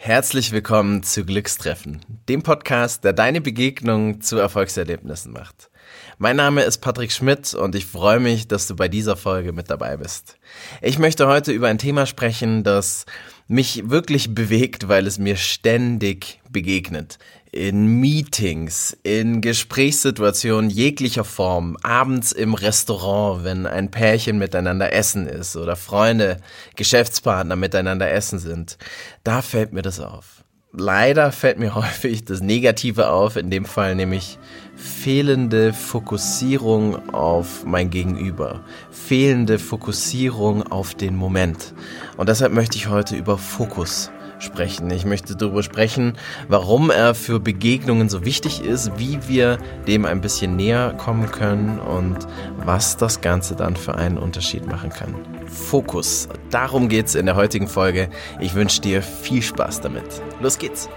Herzlich willkommen zu Glückstreffen, dem Podcast, der deine Begegnung zu Erfolgserlebnissen macht. Mein Name ist Patrick Schmidt und ich freue mich, dass du bei dieser Folge mit dabei bist. Ich möchte heute über ein Thema sprechen, das mich wirklich bewegt, weil es mir ständig begegnet. In Meetings, in Gesprächssituationen jeglicher Form, abends im Restaurant, wenn ein Pärchen miteinander essen ist oder Freunde, Geschäftspartner miteinander essen sind, da fällt mir das auf. Leider fällt mir häufig das Negative auf, in dem Fall nämlich fehlende Fokussierung auf mein Gegenüber, fehlende Fokussierung auf den Moment. Und deshalb möchte ich heute über Fokus sprechen. Ich möchte darüber sprechen, warum er für Begegnungen so wichtig ist, wie wir dem ein bisschen näher kommen können und was das Ganze dann für einen Unterschied machen kann. Fokus, darum geht's in der heutigen Folge. Ich wünsche dir viel Spaß damit. Los geht's!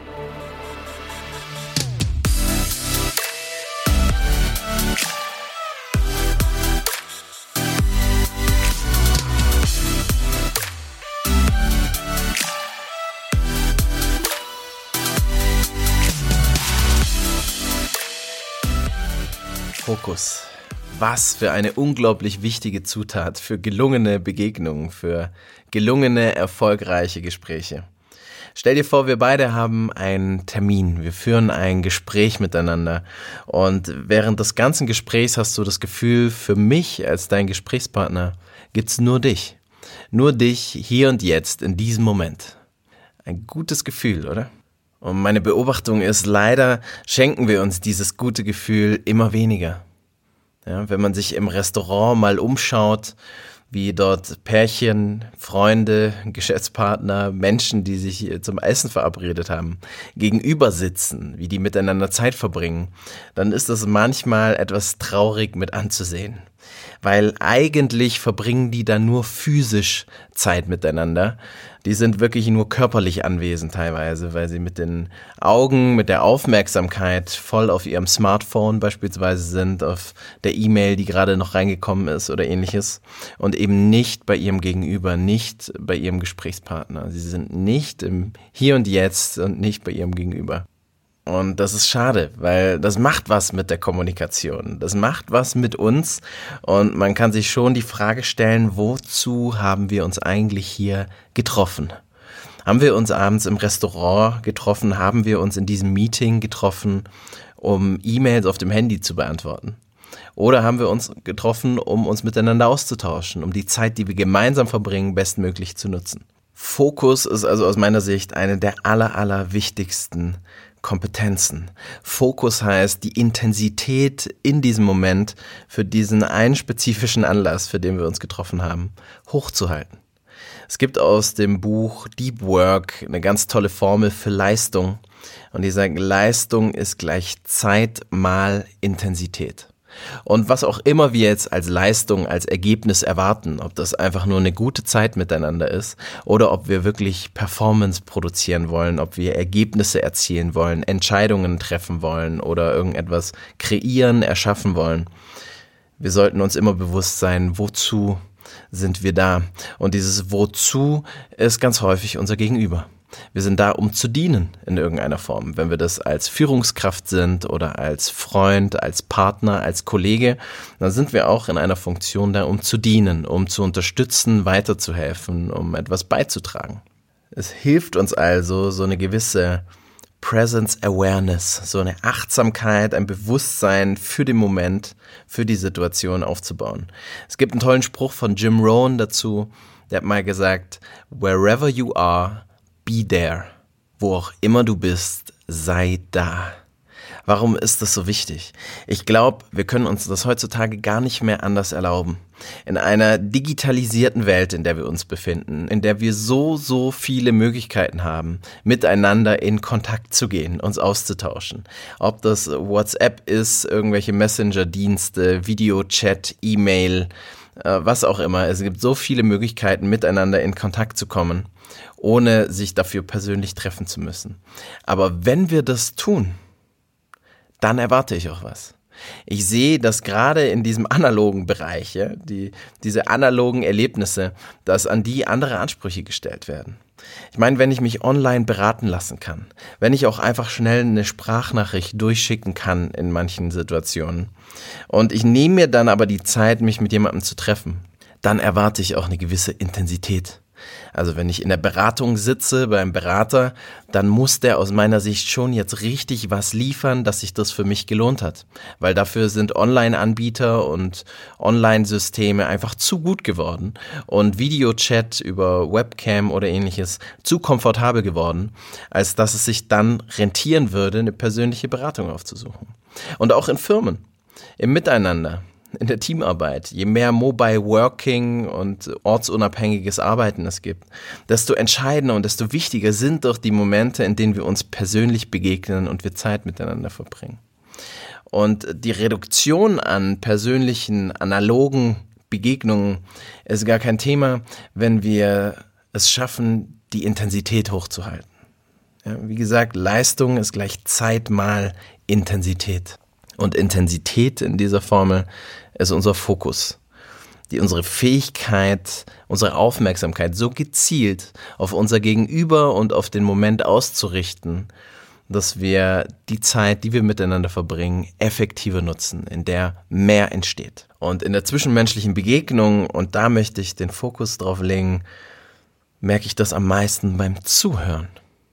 Fokus. Was für eine unglaublich wichtige Zutat für gelungene Begegnungen, für gelungene, erfolgreiche Gespräche. Stell dir vor, wir beide haben einen Termin, wir führen ein Gespräch miteinander und während des ganzen Gesprächs hast du das Gefühl, für mich als dein Gesprächspartner gibt's nur dich. Nur dich hier und jetzt in diesem Moment. Ein gutes Gefühl, oder? Und meine Beobachtung ist, leider schenken wir uns dieses gute Gefühl immer weniger. Ja, wenn man sich im Restaurant mal umschaut, wie dort Pärchen, Freunde, Geschäftspartner, Menschen, die sich zum Essen verabredet haben, gegenüber sitzen, wie die miteinander Zeit verbringen, dann ist das manchmal etwas traurig mit anzusehen. Weil eigentlich verbringen die da nur physisch Zeit miteinander. Die sind wirklich nur körperlich anwesend teilweise, weil sie mit den Augen, mit der Aufmerksamkeit voll auf ihrem Smartphone beispielsweise sind, auf der E-Mail, die gerade noch reingekommen ist oder ähnliches und eben nicht bei ihrem Gegenüber, nicht bei ihrem Gesprächspartner. Sie sind nicht im Hier und Jetzt und nicht bei ihrem Gegenüber. Und das ist schade, weil das macht was mit der Kommunikation. Das macht was mit uns und man kann sich schon die Frage stellen, wozu haben wir uns eigentlich hier getroffen? Haben wir uns abends im Restaurant getroffen? Haben wir uns in diesem Meeting getroffen, um E-Mails auf dem Handy zu beantworten? Oder haben wir uns getroffen, um uns miteinander auszutauschen, um die Zeit, die wir gemeinsam verbringen, bestmöglich zu nutzen? Fokus ist also aus meiner Sicht eine der allerwichtigsten Kompetenzen. Fokus heißt, die Intensität in diesem Moment für diesen einen spezifischen Anlass, für den wir uns getroffen haben, hochzuhalten. Es gibt aus dem Buch Deep Work eine ganz tolle Formel für Leistung und die sagt, Leistung ist gleich Zeit mal Intensität. Und was auch immer wir jetzt als Leistung, als Ergebnis erwarten, ob das einfach nur eine gute Zeit miteinander ist oder ob wir wirklich Performance produzieren wollen, ob wir Ergebnisse erzielen wollen, Entscheidungen treffen wollen oder irgendetwas kreieren, erschaffen wollen. Wir sollten uns immer bewusst sein, wozu sind wir da? Und dieses Wozu ist ganz häufig unser Gegenüber. Wir sind da, um zu dienen in irgendeiner Form. Wenn wir das als Führungskraft sind oder als Freund, als Partner, als Kollege, dann sind wir auch in einer Funktion da, um zu dienen, um zu unterstützen, weiterzuhelfen, um etwas beizutragen. Es hilft uns also, so eine gewisse Presence Awareness, so eine Achtsamkeit, ein Bewusstsein für den Moment, für die Situation aufzubauen. Es gibt einen tollen Spruch von Jim Rohn dazu, der hat mal gesagt, wherever you are, be there. Wo auch immer du bist, sei da. Warum ist das so wichtig? Ich glaube, wir können uns das heutzutage gar nicht mehr anders erlauben. In einer digitalisierten Welt, in der wir uns befinden, in der wir so viele Möglichkeiten haben, miteinander in Kontakt zu gehen, uns auszutauschen. Ob das WhatsApp ist, irgendwelche Messenger-Dienste, Videochat, E-Mail, was auch immer. Es gibt so viele Möglichkeiten, miteinander in Kontakt zu kommen, ohne sich dafür persönlich treffen zu müssen. Aber wenn wir das tun, dann erwarte ich auch was. Ich sehe, dass gerade in diesem analogen Bereich, diese analogen Erlebnisse, dass an die andere Ansprüche gestellt werden. Ich meine, wenn ich mich online beraten lassen kann, wenn ich auch einfach schnell eine Sprachnachricht durchschicken kann in manchen Situationen und ich nehme mir dann aber die Zeit, mich mit jemandem zu treffen, dann erwarte ich auch eine gewisse Intensität. Also wenn ich in der Beratung sitze beim Berater, dann muss der aus meiner Sicht schon jetzt richtig was liefern, dass sich das für mich gelohnt hat. Weil dafür sind Online-Anbieter und Online-Systeme einfach zu gut geworden und Videochat über Webcam oder ähnliches zu komfortabel geworden, als dass es sich dann rentieren würde, eine persönliche Beratung aufzusuchen. Und auch in Firmen, im Miteinander. In der Teamarbeit, je mehr Mobile Working und ortsunabhängiges Arbeiten es gibt, desto entscheidender und desto wichtiger sind doch die Momente, in denen wir uns persönlich begegnen und wir Zeit miteinander verbringen. Und die Reduktion an persönlichen, analogen Begegnungen ist gar kein Thema, wenn wir es schaffen, die Intensität hochzuhalten. Ja, wie gesagt, Leistung ist gleich Zeit mal Intensität. Und Intensität in dieser Formel ist unser Fokus, unsere Fähigkeit, unsere Aufmerksamkeit so gezielt auf unser Gegenüber und auf den Moment auszurichten, dass wir die Zeit, die wir miteinander verbringen, effektiver nutzen, in der mehr entsteht. Und in der zwischenmenschlichen Begegnung, und da möchte ich den Fokus drauf legen, merke ich das am meisten beim Zuhören.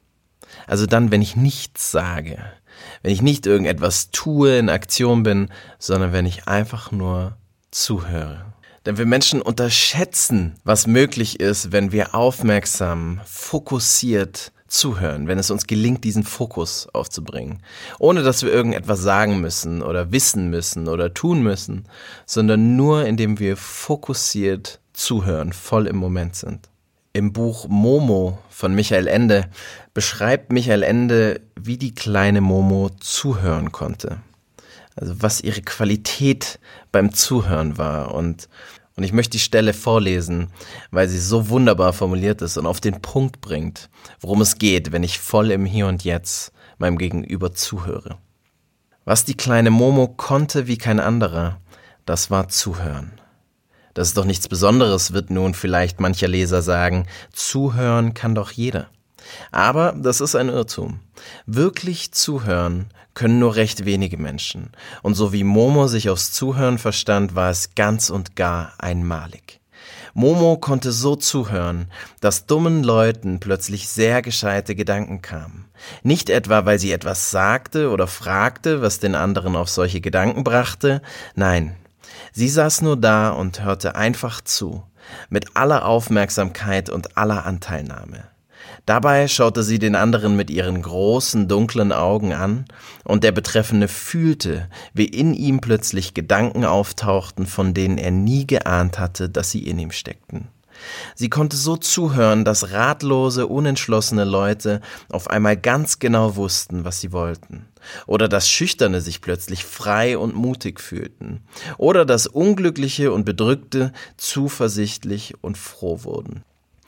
Also dann, wenn ich nichts sage, wenn ich nicht irgendetwas tue, in Aktion bin, sondern wenn ich einfach nur zuhöre. Denn wir Menschen unterschätzen, was möglich ist, wenn wir aufmerksam, fokussiert zuhören, wenn es uns gelingt, diesen Fokus aufzubringen. Ohne dass wir irgendetwas sagen müssen oder wissen müssen oder tun müssen, sondern nur indem wir fokussiert zuhören, voll im Moment sind. Im Buch Momo von Michael Ende beschreibt Michael Ende, wie die kleine Momo zuhören konnte. Also was ihre Qualität beim Zuhören war. Und ich möchte die Stelle vorlesen, weil sie so wunderbar formuliert ist und auf den Punkt bringt, worum es geht, wenn ich voll im Hier und Jetzt meinem Gegenüber zuhöre. Was die kleine Momo konnte wie kein anderer, das war zuhören. Das ist doch nichts Besonderes, wird nun vielleicht mancher Leser sagen. Zuhören kann doch jeder. Aber das ist ein Irrtum. Wirklich zuhören können nur recht wenige Menschen. Und so wie Momo sich aufs Zuhören verstand, war es ganz und gar einmalig. Momo konnte so zuhören, dass dummen Leuten plötzlich sehr gescheite Gedanken kamen. Nicht etwa, weil sie etwas sagte oder fragte, was den anderen auf solche Gedanken brachte. Nein. Sie saß nur da und hörte einfach zu, mit aller Aufmerksamkeit und aller Anteilnahme. Dabei schaute sie den anderen mit ihren großen, dunklen Augen an und der Betreffende fühlte, wie in ihm plötzlich Gedanken auftauchten, von denen er nie geahnt hatte, dass sie in ihm steckten. Sie konnte so zuhören, dass ratlose, unentschlossene Leute auf einmal ganz genau wussten, was sie wollten. Oder dass Schüchterne sich plötzlich frei und mutig fühlten. Oder dass Unglückliche und Bedrückte zuversichtlich und froh wurden.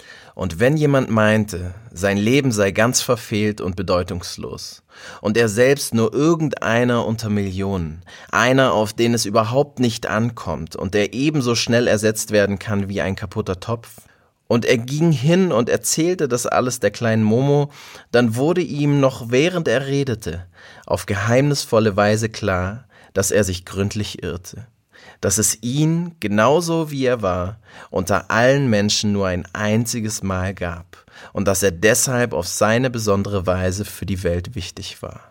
Und wenn jemand meinte, sein Leben sei ganz verfehlt und bedeutungslos und er selbst nur irgendeiner unter Millionen, einer, auf den es überhaupt nicht ankommt und der ebenso schnell ersetzt werden kann wie ein kaputter Topf, und er ging hin und erzählte das alles der kleinen Momo, dann wurde ihm noch während er redete auf geheimnisvolle Weise klar, dass er sich gründlich irrte. Dass es ihn, genauso wie er war, unter allen Menschen nur ein einziges Mal gab und dass er deshalb auf seine besondere Weise für die Welt wichtig war.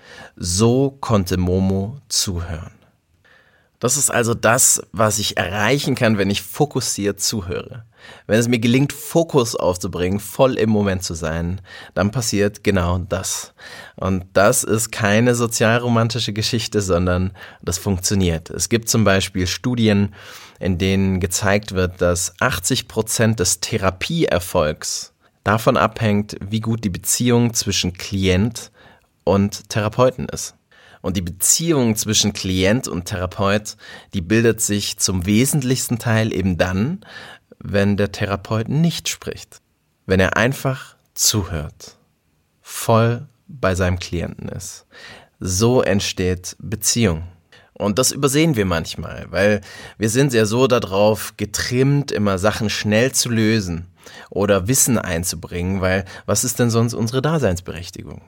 So konnte Momo zuhören. Das ist also das, was ich erreichen kann, wenn ich fokussiert zuhöre. Wenn es mir gelingt, Fokus aufzubringen, voll im Moment zu sein, dann passiert genau das. Und das ist keine sozialromantische Geschichte, sondern das funktioniert. Es gibt zum Beispiel Studien, in denen gezeigt wird, dass 80% des Therapieerfolgs davon abhängt, wie gut die Beziehung zwischen Klient und Therapeuten ist. Und die Beziehung zwischen Klient und Therapeut, die bildet sich zum wesentlichsten Teil eben dann, wenn der Therapeut nicht spricht. Wenn er einfach zuhört, voll bei seinem Klienten ist. So entsteht Beziehung. Und das übersehen wir manchmal, weil wir sind ja so darauf getrimmt, immer Sachen schnell zu lösen oder Wissen einzubringen, weil was ist denn sonst unsere Daseinsberechtigung?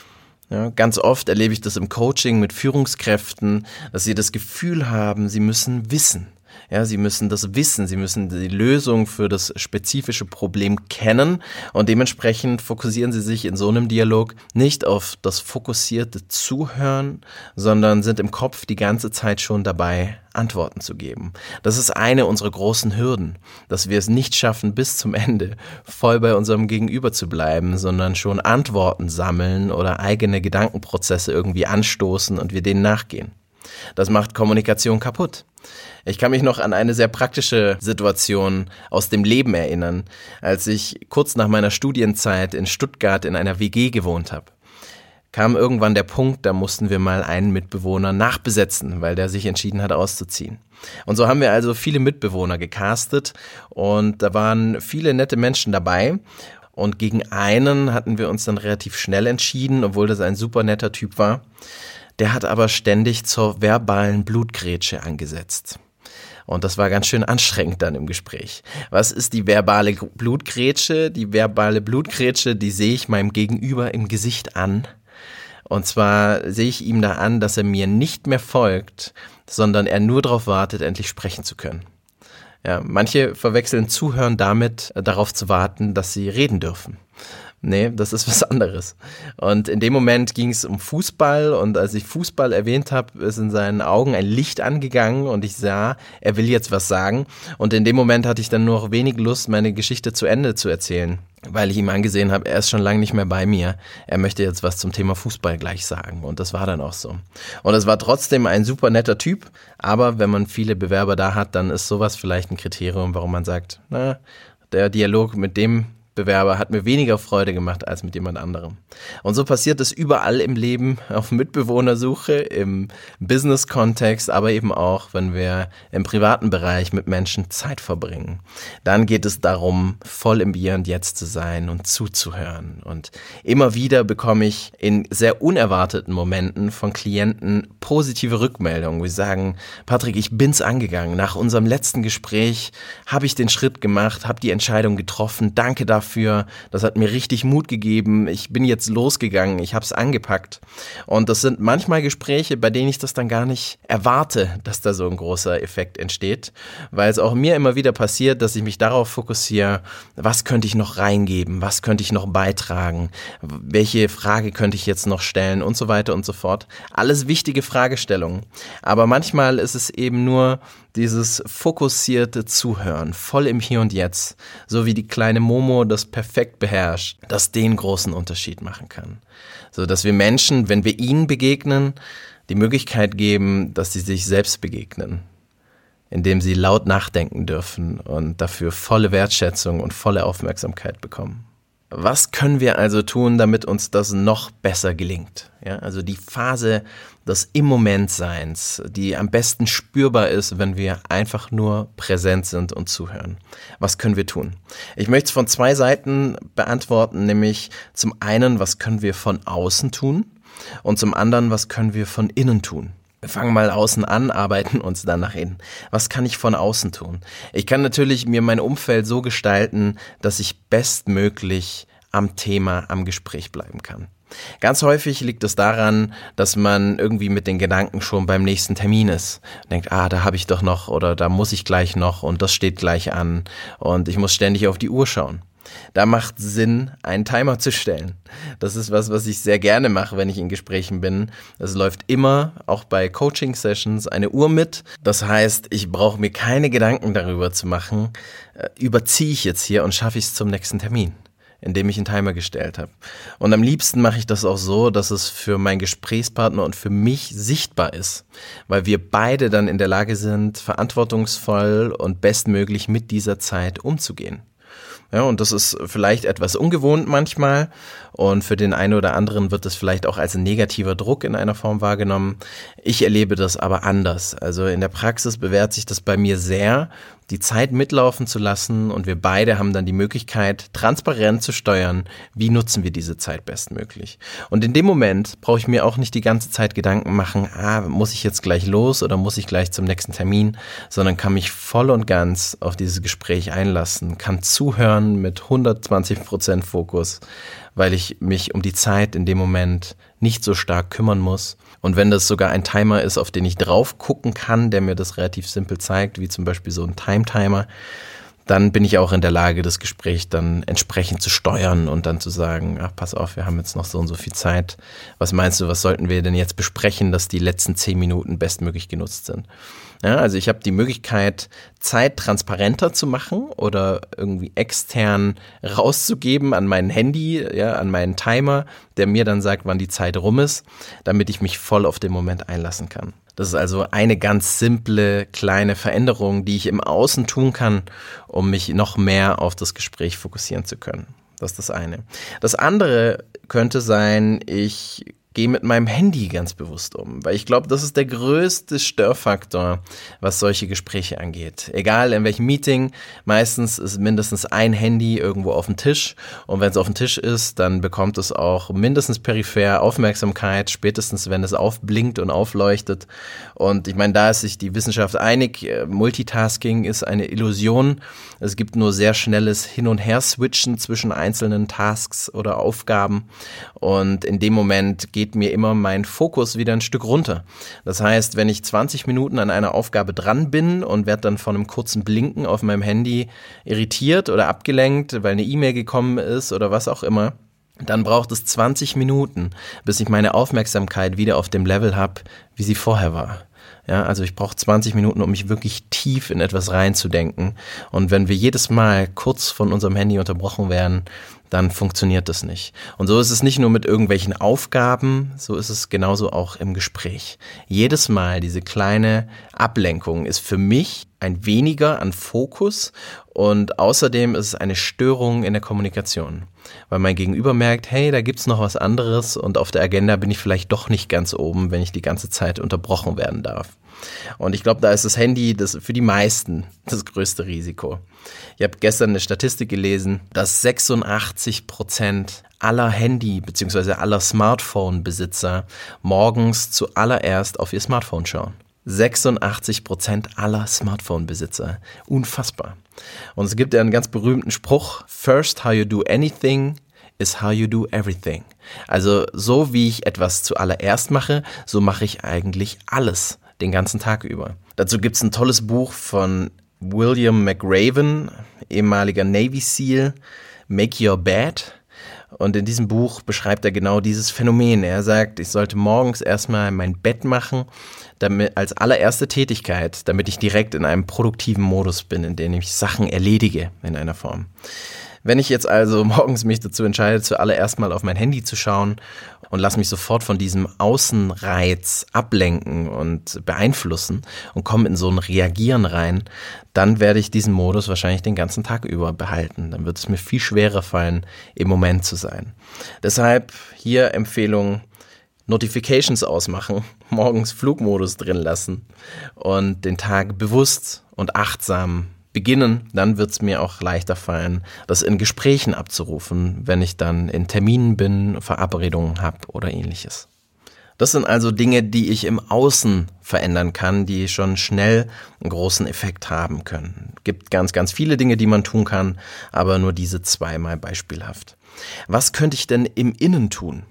Ja, ganz oft erlebe ich das im Coaching mit Führungskräften, dass sie das Gefühl haben, sie müssen wissen. Ja, sie müssen das wissen, sie müssen die Lösung für das spezifische Problem kennen und dementsprechend fokussieren sie sich in so einem Dialog nicht auf das fokussierte Zuhören, sondern sind im Kopf die ganze Zeit schon dabei, Antworten zu geben. Das ist eine unserer großen Hürden, dass wir es nicht schaffen, bis zum Ende voll bei unserem Gegenüber zu bleiben, sondern schon Antworten sammeln oder eigene Gedankenprozesse irgendwie anstoßen und wir denen nachgehen. Das macht Kommunikation kaputt. Ich kann mich noch an eine sehr praktische Situation aus dem Leben erinnern, als ich kurz nach meiner Studienzeit in Stuttgart in einer WG gewohnt habe. Kam irgendwann der Punkt, da mussten wir mal einen Mitbewohner nachbesetzen, weil der sich entschieden hat auszuziehen. Und so haben wir also viele Mitbewohner gecastet und da waren viele nette Menschen dabei. Und gegen einen hatten wir uns dann relativ schnell entschieden, obwohl das ein super netter Typ war. Der hat aber ständig zur verbalen Blutgrätsche angesetzt. Und das war ganz schön anstrengend dann im Gespräch. Was ist die verbale Blutgrätsche? Die verbale Blutgrätsche, die sehe ich meinem Gegenüber im Gesicht an. Und zwar sehe ich ihm da an, dass er mir nicht mehr folgt, sondern er nur darauf wartet, endlich sprechen zu können. Ja, manche verwechseln Zuhören damit, darauf zu warten, dass sie reden dürfen. Nee, das ist was anderes. Und in dem Moment ging es um Fußball und als ich Fußball erwähnt habe, ist in seinen Augen ein Licht angegangen und ich sah, er will jetzt was sagen. Und in dem Moment hatte ich dann nur noch wenig Lust, meine Geschichte zu Ende zu erzählen, weil ich ihm angesehen habe, er ist schon lange nicht mehr bei mir. Er möchte jetzt was zum Thema Fußball gleich sagen und das war dann auch so. Und es war trotzdem ein super netter Typ, aber wenn man viele Bewerber da hat, dann ist sowas vielleicht ein Kriterium, warum man sagt, na, der Dialog mit dem Bewerber hat mir weniger Freude gemacht als mit jemand anderem. Und so passiert es überall im Leben, auf Mitbewohnersuche, im Business-Kontext, aber eben auch, wenn wir im privaten Bereich mit Menschen Zeit verbringen. Dann geht es darum, voll im Hier und Jetzt zu sein und zuzuhören. Und immer wieder bekomme ich in sehr unerwarteten Momenten von Klienten positive Rückmeldungen, wo sie sagen, Patrick, ich bin's angegangen. Nach unserem letzten Gespräch habe ich den Schritt gemacht, habe die Entscheidung getroffen. Danke dafür. Das hat mir richtig Mut gegeben. Ich bin jetzt losgegangen. Ich habe es angepackt. Und das sind manchmal Gespräche, bei denen ich das dann gar nicht erwarte, dass da so ein großer Effekt entsteht. Weil es auch mir immer wieder passiert, dass ich mich darauf fokussiere, was könnte ich noch reingeben? Was könnte ich noch beitragen? Welche Frage könnte ich jetzt noch stellen? Und so weiter und so fort. Alles wichtige Fragestellungen. Aber manchmal ist es eben nur dieses fokussierte Zuhören, voll im Hier und Jetzt, so wie die kleine Momo das perfekt beherrscht, das den großen Unterschied machen kann. So dass wir Menschen, wenn wir ihnen begegnen, die Möglichkeit geben, dass sie sich selbst begegnen, indem sie laut nachdenken dürfen und dafür volle Wertschätzung und volle Aufmerksamkeit bekommen. Was können wir also tun, damit uns das noch besser gelingt? Ja, also die Phase des Im-Moment-Seins, die am besten spürbar ist, wenn wir einfach nur präsent sind und zuhören. Was können wir tun? Ich möchte es von zwei Seiten beantworten, nämlich zum einen, was können wir von außen tun und zum anderen, was können wir von innen tun? Wir fangen mal außen an, arbeiten uns dann nach innen. Was kann ich von außen tun? Ich kann natürlich mir mein Umfeld so gestalten, dass ich bestmöglich am Thema, am Gespräch bleiben kann. Ganz häufig liegt es daran, dass man irgendwie mit den Gedanken schon beim nächsten Termin ist. Denkt, da habe ich doch noch oder da muss ich gleich noch und das steht gleich an und ich muss ständig auf die Uhr schauen. Da macht Sinn, einen Timer zu stellen. Das ist was ich sehr gerne mache, wenn ich in Gesprächen bin. Es läuft immer, auch bei Coaching-Sessions, eine Uhr mit. Das heißt, ich brauche mir keine Gedanken darüber zu machen, überziehe ich jetzt hier und schaffe ich es zum nächsten Termin, indem ich einen Timer gestellt habe. Und am liebsten mache ich das auch so, dass es für meinen Gesprächspartner und für mich sichtbar ist, weil wir beide dann in der Lage sind, verantwortungsvoll und bestmöglich mit dieser Zeit umzugehen. Ja, und das ist vielleicht etwas ungewohnt manchmal und für den einen oder anderen wird es vielleicht auch als ein negativer Druck in einer Form wahrgenommen. Ich erlebe das aber anders. Also in der Praxis bewährt sich das bei mir sehr, die Zeit mitlaufen zu lassen und wir beide haben dann die Möglichkeit, transparent zu steuern, wie nutzen wir diese Zeit bestmöglich. Und in dem Moment brauche ich mir auch nicht die ganze Zeit Gedanken machen, muss ich jetzt gleich los oder muss ich gleich zum nächsten Termin, sondern kann mich voll und ganz auf dieses Gespräch einlassen, kann zuhören mit 120% Fokus, weil ich mich um die Zeit in dem Moment nicht so stark kümmern muss. Und wenn das sogar ein Timer ist, auf den ich drauf gucken kann, der mir das relativ simpel zeigt, wie zum Beispiel so ein Time-Timer, dann bin ich auch in der Lage, das Gespräch dann entsprechend zu steuern und dann zu sagen, pass auf, wir haben jetzt noch so und so viel Zeit. Was meinst du, was sollten wir denn jetzt besprechen, dass die letzten 10 Minuten bestmöglich genutzt sind? Ja, also ich habe die Möglichkeit, Zeit transparenter zu machen oder irgendwie extern rauszugeben an mein Handy, ja, an meinen Timer, der mir dann sagt, wann die Zeit rum ist, damit ich mich voll auf den Moment einlassen kann. Das ist also eine ganz simple, kleine Veränderung, die ich im Außen tun kann, um mich noch mehr auf das Gespräch fokussieren zu können. Das ist das eine. Das andere könnte sein, ich gehe mit meinem Handy ganz bewusst um, weil ich glaube, das ist der größte Störfaktor, was solche Gespräche angeht. Egal in welchem Meeting, meistens ist mindestens ein Handy irgendwo auf dem Tisch und wenn es auf dem Tisch ist, dann bekommt es auch mindestens peripher Aufmerksamkeit, spätestens wenn es aufblinkt und aufleuchtet. Und ich meine, da ist sich die Wissenschaft einig, Multitasking ist eine Illusion. Es gibt nur sehr schnelles Hin- und Her-Switchen zwischen einzelnen Tasks oder Aufgaben und in dem Moment geht mir immer mein Fokus wieder ein Stück runter. Das heißt, wenn ich 20 Minuten an einer Aufgabe dran bin und werde dann von einem kurzen Blinken auf meinem Handy irritiert oder abgelenkt, weil eine E-Mail gekommen ist oder was auch immer, dann braucht es 20 Minuten, bis ich meine Aufmerksamkeit wieder auf dem Level habe, wie sie vorher war. Ja, also ich brauche 20 Minuten, um mich wirklich tief in etwas reinzudenken. Und wenn wir jedes Mal kurz von unserem Handy unterbrochen werden, dann funktioniert das nicht. Und so ist es nicht nur mit irgendwelchen Aufgaben, so ist es genauso auch im Gespräch. Jedes Mal diese kleine Ablenkung ist für mich ein weniger an Fokus und außerdem ist es eine Störung in der Kommunikation. Weil mein Gegenüber merkt, hey, da gibt's noch was anderes und auf der Agenda bin ich vielleicht doch nicht ganz oben, wenn ich die ganze Zeit unterbrochen werden darf. Und ich glaube, da ist das Handy für die meisten das größte Risiko. Ich habe gestern eine Statistik gelesen, dass 86% aller Handy- bzw. aller Smartphone-Besitzer morgens zuallererst auf ihr Smartphone schauen. 86% aller Smartphone-Besitzer. Unfassbar. Und es gibt ja einen ganz berühmten Spruch, First how you do anything is how you do everything. Also so wie ich etwas zuallererst mache, so mache ich eigentlich alles den ganzen Tag über. Dazu gibt es ein tolles Buch von William McRaven, ehemaliger Navy SEAL, Make Your Bed. Und in diesem Buch beschreibt er genau dieses Phänomen. Er sagt, ich sollte morgens erstmal mein Bett machen, damit als allererste Tätigkeit, damit ich direkt in einem produktiven Modus bin, in dem ich Sachen erledige in einer Form. Wenn ich jetzt also morgens mich dazu entscheide, zuallererst mal auf mein Handy zu schauen und lasse mich sofort von diesem Außenreiz ablenken und beeinflussen und komme in so ein Reagieren rein, dann werde ich diesen Modus wahrscheinlich den ganzen Tag über behalten. Dann wird es mir viel schwerer fallen, im Moment zu sein. Deshalb hier Empfehlung, Notifications ausmachen, morgens Flugmodus drin lassen und den Tag bewusst und achtsam beginnen, dann wird es mir auch leichter fallen, das in Gesprächen abzurufen, wenn ich dann in Terminen bin, Verabredungen habe oder ähnliches. Das sind also Dinge, die ich im Außen verändern kann, die schon schnell einen großen Effekt haben können. Gibt ganz, ganz viele Dinge, die man tun kann, aber nur diese zweimal beispielhaft. Was könnte ich denn im Innen tun?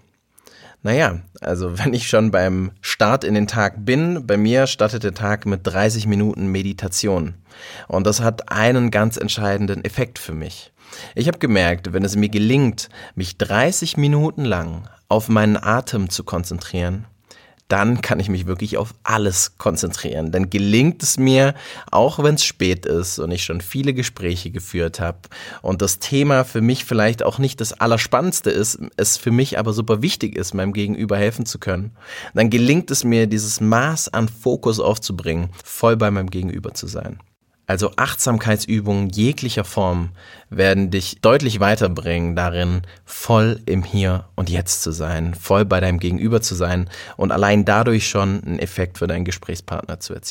Naja, also wenn ich schon beim Start in den Tag bin, bei mir startet der Tag mit 30 Minuten Meditation. Und das hat einen ganz entscheidenden Effekt für mich. Ich habe gemerkt, wenn es mir gelingt, mich 30 Minuten lang auf meinen Atem zu konzentrieren, dann kann ich mich wirklich auf alles konzentrieren. Dann gelingt es mir, auch wenn es spät ist und ich schon viele Gespräche geführt habe und das Thema für mich vielleicht auch nicht das Allerspannendste ist, es für mich aber super wichtig ist, meinem Gegenüber helfen zu können, dann gelingt es mir, dieses Maß an Fokus aufzubringen, voll bei meinem Gegenüber zu sein. Also Achtsamkeitsübungen jeglicher Form werden dich deutlich weiterbringen darin, voll im Hier und Jetzt zu sein, voll bei deinem Gegenüber zu sein und allein dadurch schon einen Effekt für deinen Gesprächspartner zu erzielen.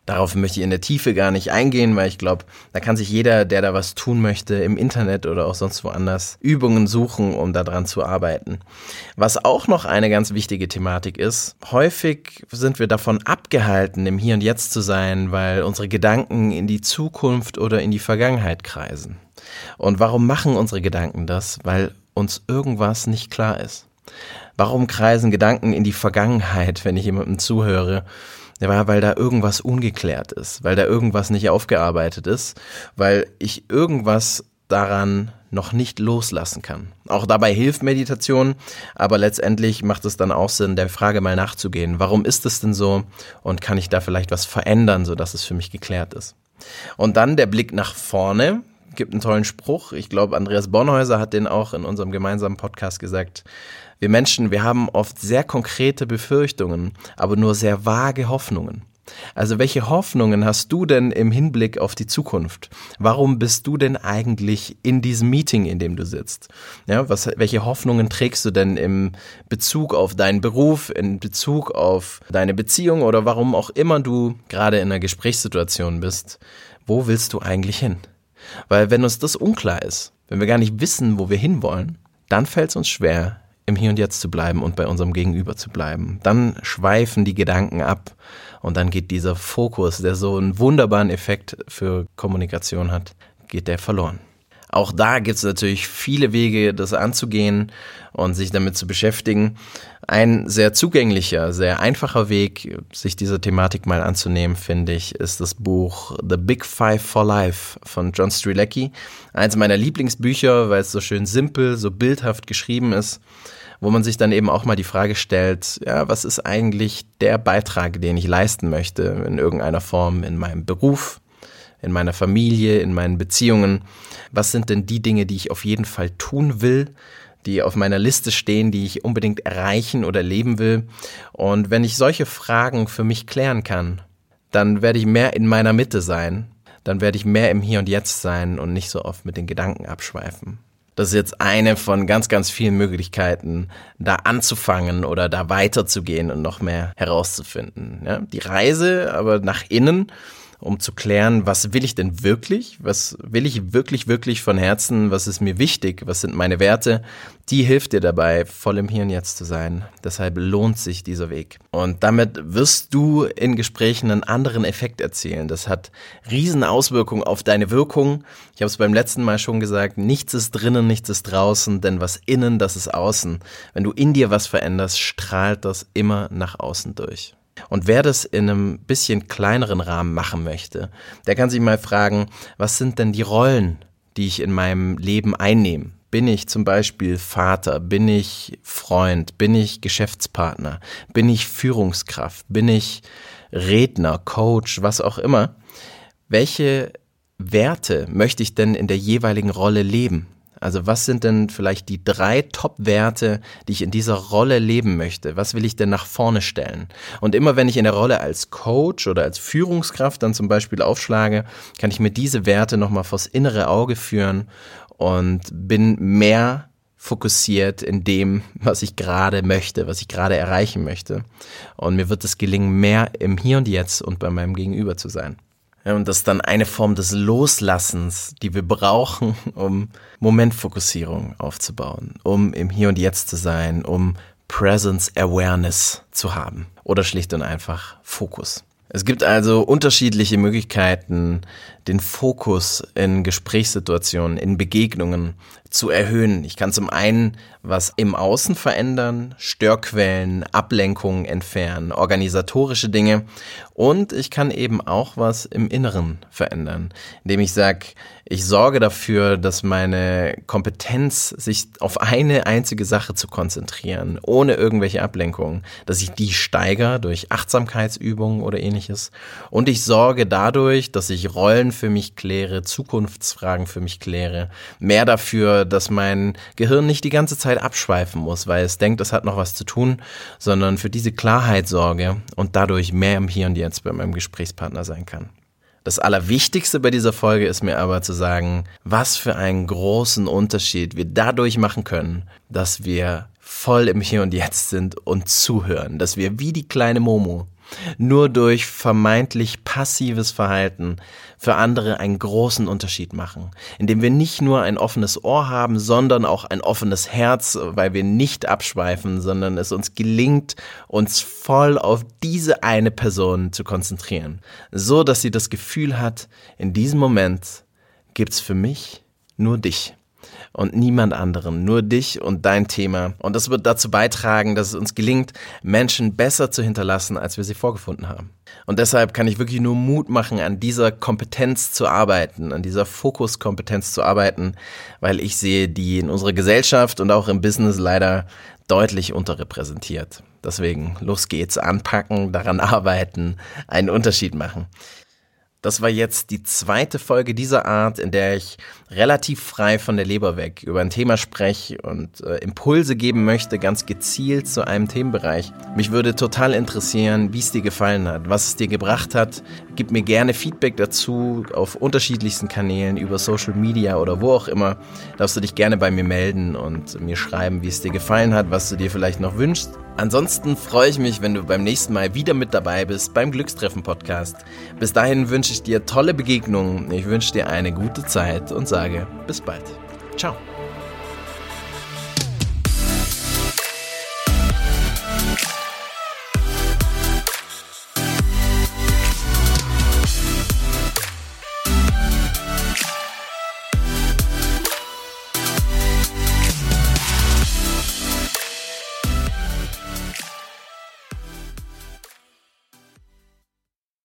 Darauf möchte ich in der Tiefe gar nicht eingehen, weil ich glaube, da kann sich jeder, der da was tun möchte, im Internet oder auch sonst woanders Übungen suchen, um daran zu arbeiten. Was auch noch eine ganz wichtige Thematik ist, häufig sind wir davon abgehalten, im Hier und Jetzt zu sein, weil unsere Gedanken in die Zukunft oder in die Vergangenheit kreisen. Und warum machen unsere Gedanken das? Weil uns irgendwas nicht klar ist. Warum kreisen Gedanken in die Vergangenheit, wenn ich jemandem zuhöre? Ja, weil da irgendwas ungeklärt ist, weil da irgendwas nicht aufgearbeitet ist, weil ich irgendwas daran noch nicht loslassen kann. Auch dabei hilft Meditation, aber letztendlich macht es dann auch Sinn, der Frage mal nachzugehen, warum ist es denn so und kann ich da vielleicht was verändern, sodass es für mich geklärt ist. Und dann der Blick nach vorne, gibt einen tollen Spruch, ich glaube Andreas Bornhäuser hat den auch in unserem gemeinsamen Podcast gesagt. Wir Menschen, wir haben oft sehr konkrete Befürchtungen, aber nur sehr vage Hoffnungen. Also welche Hoffnungen hast du denn im Hinblick auf die Zukunft? Warum bist du denn eigentlich in diesem Meeting, in dem du sitzt? Ja, welche Hoffnungen trägst du denn im Bezug auf deinen Beruf, in Bezug auf deine Beziehung oder warum auch immer du gerade in einer Gesprächssituation bist? Wo willst du eigentlich hin? Weil wenn uns das unklar ist, wenn wir gar nicht wissen, wo wir hinwollen, dann fällt es uns schwer, im Hier und Jetzt zu bleiben und bei unserem Gegenüber zu bleiben. Dann schweifen die Gedanken ab und dann geht dieser Fokus, der so einen wunderbaren Effekt für Kommunikation hat, geht der verloren. Auch da gibt es natürlich viele Wege, das anzugehen und sich damit zu beschäftigen. Ein sehr zugänglicher, sehr einfacher Weg, sich dieser Thematik mal anzunehmen, finde ich, ist das Buch The Big Five for Life von John Strzelecki. Eins meiner Lieblingsbücher, weil es so schön simpel, so bildhaft geschrieben ist, wo man sich dann eben auch mal die Frage stellt, ja, was ist eigentlich der Beitrag, den ich leisten möchte in irgendeiner Form in meinem Beruf, in meiner Familie, in meinen Beziehungen. Was sind denn die Dinge, die ich auf jeden Fall tun will, die auf meiner Liste stehen, die ich unbedingt erreichen oder leben will? Und wenn ich solche Fragen für mich klären kann, dann werde ich mehr in meiner Mitte sein, dann werde ich mehr im Hier und Jetzt sein und nicht so oft mit den Gedanken abschweifen. Das ist jetzt eine von ganz, ganz vielen Möglichkeiten, da anzufangen oder da weiterzugehen und noch mehr herauszufinden. Ja, die Reise aber nach innen, um zu klären, was will ich denn wirklich? Was will ich wirklich, wirklich von Herzen? Was ist mir wichtig? Was sind meine Werte? Die hilft dir dabei, voll im Hier und Jetzt zu sein. Deshalb lohnt sich dieser Weg. Und damit wirst du in Gesprächen einen anderen Effekt erzielen. Das hat riesen Auswirkungen auf deine Wirkung. Ich habe es beim letzten Mal schon gesagt, nichts ist drinnen, nichts ist draußen, denn was innen, das ist außen. Wenn du in dir was veränderst, strahlt das immer nach außen durch. Und wer das in einem bisschen kleineren Rahmen machen möchte, der kann sich mal fragen, was sind denn die Rollen, die ich in meinem Leben einnehme? Bin ich zum Beispiel Vater? Bin ich Freund? Bin ich Geschäftspartner? Bin ich Führungskraft? Bin ich Redner, Coach, was auch immer? Welche Werte möchte ich denn in der jeweiligen Rolle leben? Also was sind denn vielleicht die 3 Top-Werte, die ich in dieser Rolle leben möchte? Was will ich denn nach vorne stellen? Und immer wenn ich in der Rolle als Coach oder als Führungskraft dann zum Beispiel aufschlage, kann ich mir diese Werte nochmal vors innere Auge führen und bin mehr fokussiert in dem, was ich gerade möchte, was ich gerade erreichen möchte. Und mir wird es gelingen, mehr im Hier und Jetzt und bei meinem Gegenüber zu sein. Ja, und das ist dann eine Form des Loslassens, die wir brauchen, um Momentfokussierung aufzubauen, um im Hier und Jetzt zu sein, um Presence Awareness zu haben oder schlicht und einfach Fokus. Es gibt also unterschiedliche Möglichkeiten, den Fokus in Gesprächssituationen, in Begegnungen zu erhöhen. Ich kann zum einen was im Außen verändern, Störquellen, Ablenkungen entfernen, organisatorische Dinge, und ich kann eben auch was im Inneren verändern, indem ich sage, ich sorge dafür, dass meine Kompetenz, sich auf eine einzige Sache zu konzentrieren, ohne irgendwelche Ablenkungen, dass ich die steigere durch Achtsamkeitsübungen oder ähnliches, und ich sorge dadurch, dass ich Rollen für mich kläre, Zukunftsfragen für mich kläre, mehr dafür, dass mein Gehirn nicht die ganze Zeit abschweifen muss, weil es denkt, es hat noch was zu tun, sondern für diese Klarheit sorge und dadurch mehr im Hier und Jetzt bei meinem Gesprächspartner sein kann. Das Allerwichtigste bei dieser Folge ist mir aber zu sagen, was für einen großen Unterschied wir dadurch machen können, dass wir voll im Hier und Jetzt sind und zuhören, dass wir wie die kleine Momo nur durch vermeintlich passives Verhalten für andere einen großen Unterschied machen, indem wir nicht nur ein offenes Ohr haben, sondern auch ein offenes Herz, weil wir nicht abschweifen, sondern es uns gelingt, uns voll auf diese eine Person zu konzentrieren, so dass sie das Gefühl hat, in diesem Moment gibt's für mich nur dich. Und niemand anderen, nur dich und dein Thema. Und das wird dazu beitragen, dass es uns gelingt, Menschen besser zu hinterlassen, als wir sie vorgefunden haben. Und deshalb kann ich wirklich nur Mut machen, an dieser Kompetenz zu arbeiten, an dieser Fokuskompetenz zu arbeiten, weil ich sehe die in unserer Gesellschaft und auch im Business leider deutlich unterrepräsentiert. Deswegen, los geht's, anpacken, daran arbeiten, einen Unterschied machen. Das war jetzt die zweite Folge dieser Art, in der ich relativ frei von der Leber weg über ein Thema spreche und Impulse geben möchte, ganz gezielt zu einem Themenbereich. Mich würde total interessieren, wie es dir gefallen hat, was es dir gebracht hat. Gib mir gerne Feedback dazu auf unterschiedlichsten Kanälen, über Social Media oder wo auch immer. Darfst du dich gerne bei mir melden und mir schreiben, wie es dir gefallen hat, was du dir vielleicht noch wünschst. Ansonsten freue ich mich, wenn du beim nächsten Mal wieder mit dabei bist beim Glückstreffen-Podcast. Bis dahin wünsche ich dir tolle Begegnungen, ich wünsche dir eine gute Zeit und sage bis bald. Ciao.